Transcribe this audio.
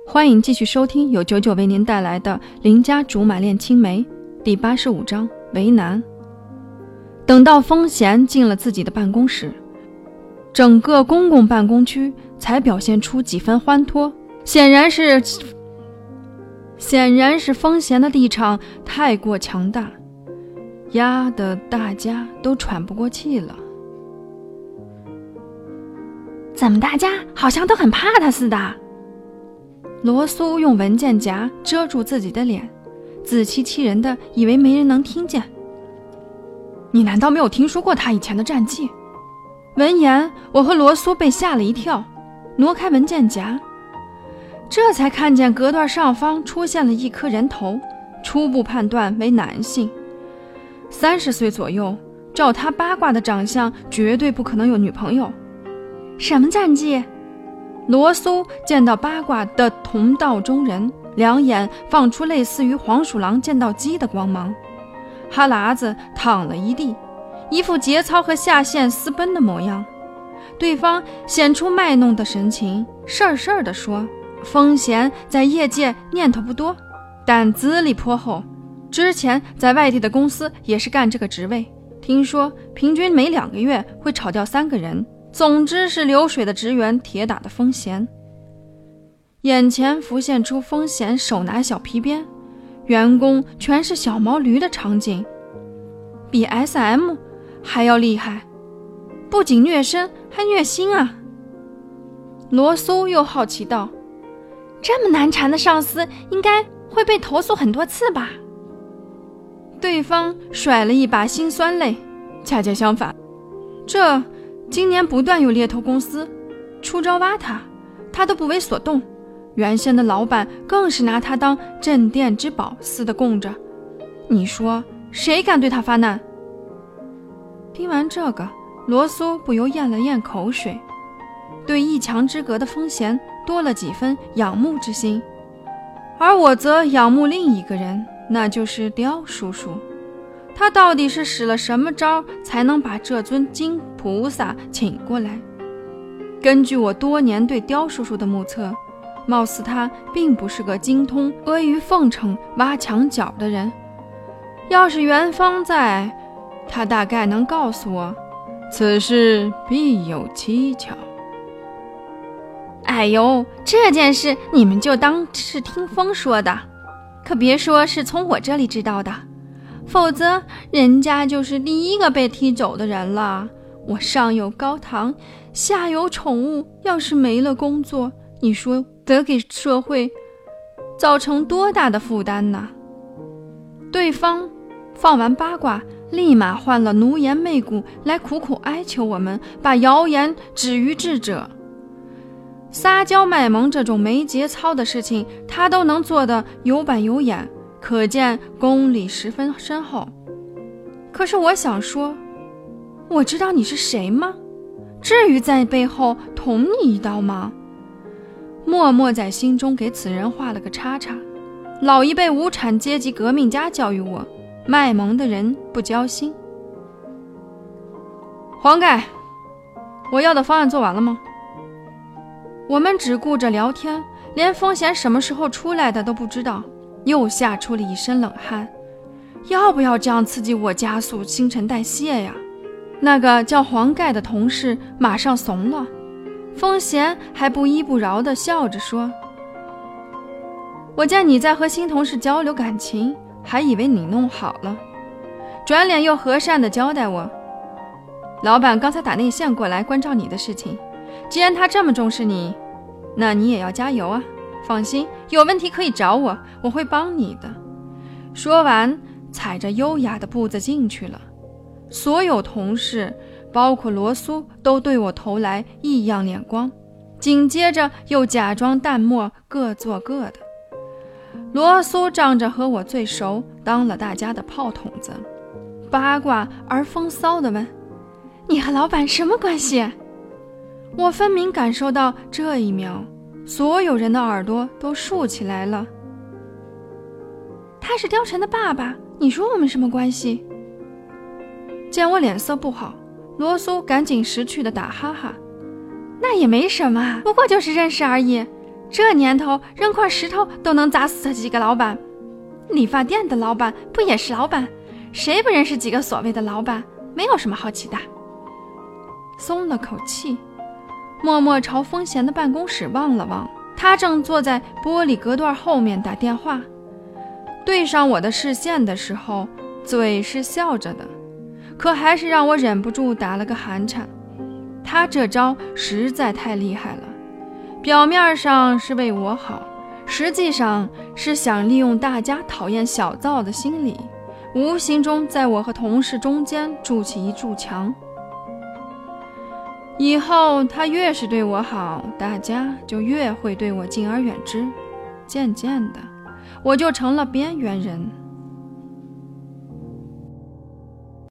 欢迎继续收听由99为您带来的《邻家竹马恋青梅》第85章为难。等到风贤进了自己的办公室，整个公共办公区才表现出几分欢脱，显然是风贤的立场太过强大，压得大家都喘不过气了。 怎么大家好像都很怕他似的？ 罗苏用文件夹遮住自己的脸，自欺欺人的以为没人能听见。你难道没有听说过他以前的战绩？闻言，我和罗苏被吓了一跳，挪开文件夹，这才看见隔断上方出现了一颗人头，初步判断为男性，30岁左右，照他八卦的长相，绝对不可能有女朋友。 什么战绩？ 罗苏见到八卦的同道中人，两眼放出类似于黄鼠狼见到鸡的光芒，哈喇子淌了一地，一副节操和下线私奔的模样。对方显出卖弄的神情，事儿地说，风贤在业界念头不多，但资历颇厚，之前在外地的公司也是干这个职位，听说平均每2个月会炒掉3个人，总之是流水的职员，铁打的风贤。眼前浮现出风贤手拿小皮鞭，员工全是小毛驴的场景，比 SM 还要厉害，不仅虐身还虐心啊。罗苏又好奇道， 这么难缠的上司应该会被投诉很多次吧？ 对方甩了一把辛酸泪，恰恰相反，今年不断有猎头公司出招挖他都不为所动，原先的老板更是拿他当镇店之宝似的供着，你说谁敢对他发难？听完这个，罗苏不由咽了咽口水，对一墙之隔的风贤多了几分仰慕之心，而我则仰慕另一个人，那就是刁叔叔。他到底是使了什么招才能把这尊金菩萨请过来？根据我多年对刁叔叔的目测，貌似他并不是个精通阿谀奉承挖墙脚的人，要是元芳在，他大概能告诉我此事必有蹊跷。 哎呦，这件事你们就当是听风说的，可别说是从我这里知道的，否则人家就是第一个被踢走的人了。我上有高堂，下有宠物，要是没了工作，你说得给社会造成多大的负担呢？对方放完八卦，立马换了奴颜媚骨来苦苦哀求我们把谣言止于智者。撒娇卖萌这种没节操的事情，他都能做得有板有眼，可见功力十分深厚。可是我想说，我知道你是谁吗？至于在背后捅你一刀吗？默默在心中给此人画了个叉叉。老一辈无产阶级革命家教育我，卖萌的人不交心。黄盖，我要的方案做完了吗？我们只顾着聊天，连风贤什么时候出来的都不知道，又吓出了一身冷汗。要不要这样刺激我加速新陈代谢呀？那个叫黄盖的同事马上怂了，风贤还不依不饶地笑着说，我见你在和新同事交流感情，还以为你弄好了，转脸又和善地交代我，老板刚才打内线过来关照你的事情，既然他这么重视你，那你也要加油啊，放心，有问题可以找我，我会帮你的。说完，踩着优雅的步子进去了。所有同事包括罗苏都对我投来异样眼光，紧接着又假装淡漠，各做各的。罗苏仗着和我最熟，当了大家的炮筒子，八卦而风骚地问， 你和老板什么关系？ 我分明感受到这一秒所有人的耳朵都竖起来了。 他是貂蝉的爸爸，你说我们什么关系？ 见我脸色不好，罗苏赶紧识趣地打哈哈， 那也没什么，不过就是认识而已， 这年头扔块石头都能砸死几个老板，理发店的老板不也是老板？谁不认识几个所谓的老板？没有什么好奇的。松了口气，默默朝风贤的办公室望了望，他正坐在玻璃隔断后面打电话。对上我的视线的时候，嘴是笑着的，可还是让我忍不住打了个寒颤。他这招实在太厉害了，表面上是为我好，实际上是想利用大家讨厌小灶的心理，无形中在我和同事中间筑起一筑墙。以后他越是对我好，大家就越会对我敬而远之，渐渐的我就成了边缘人。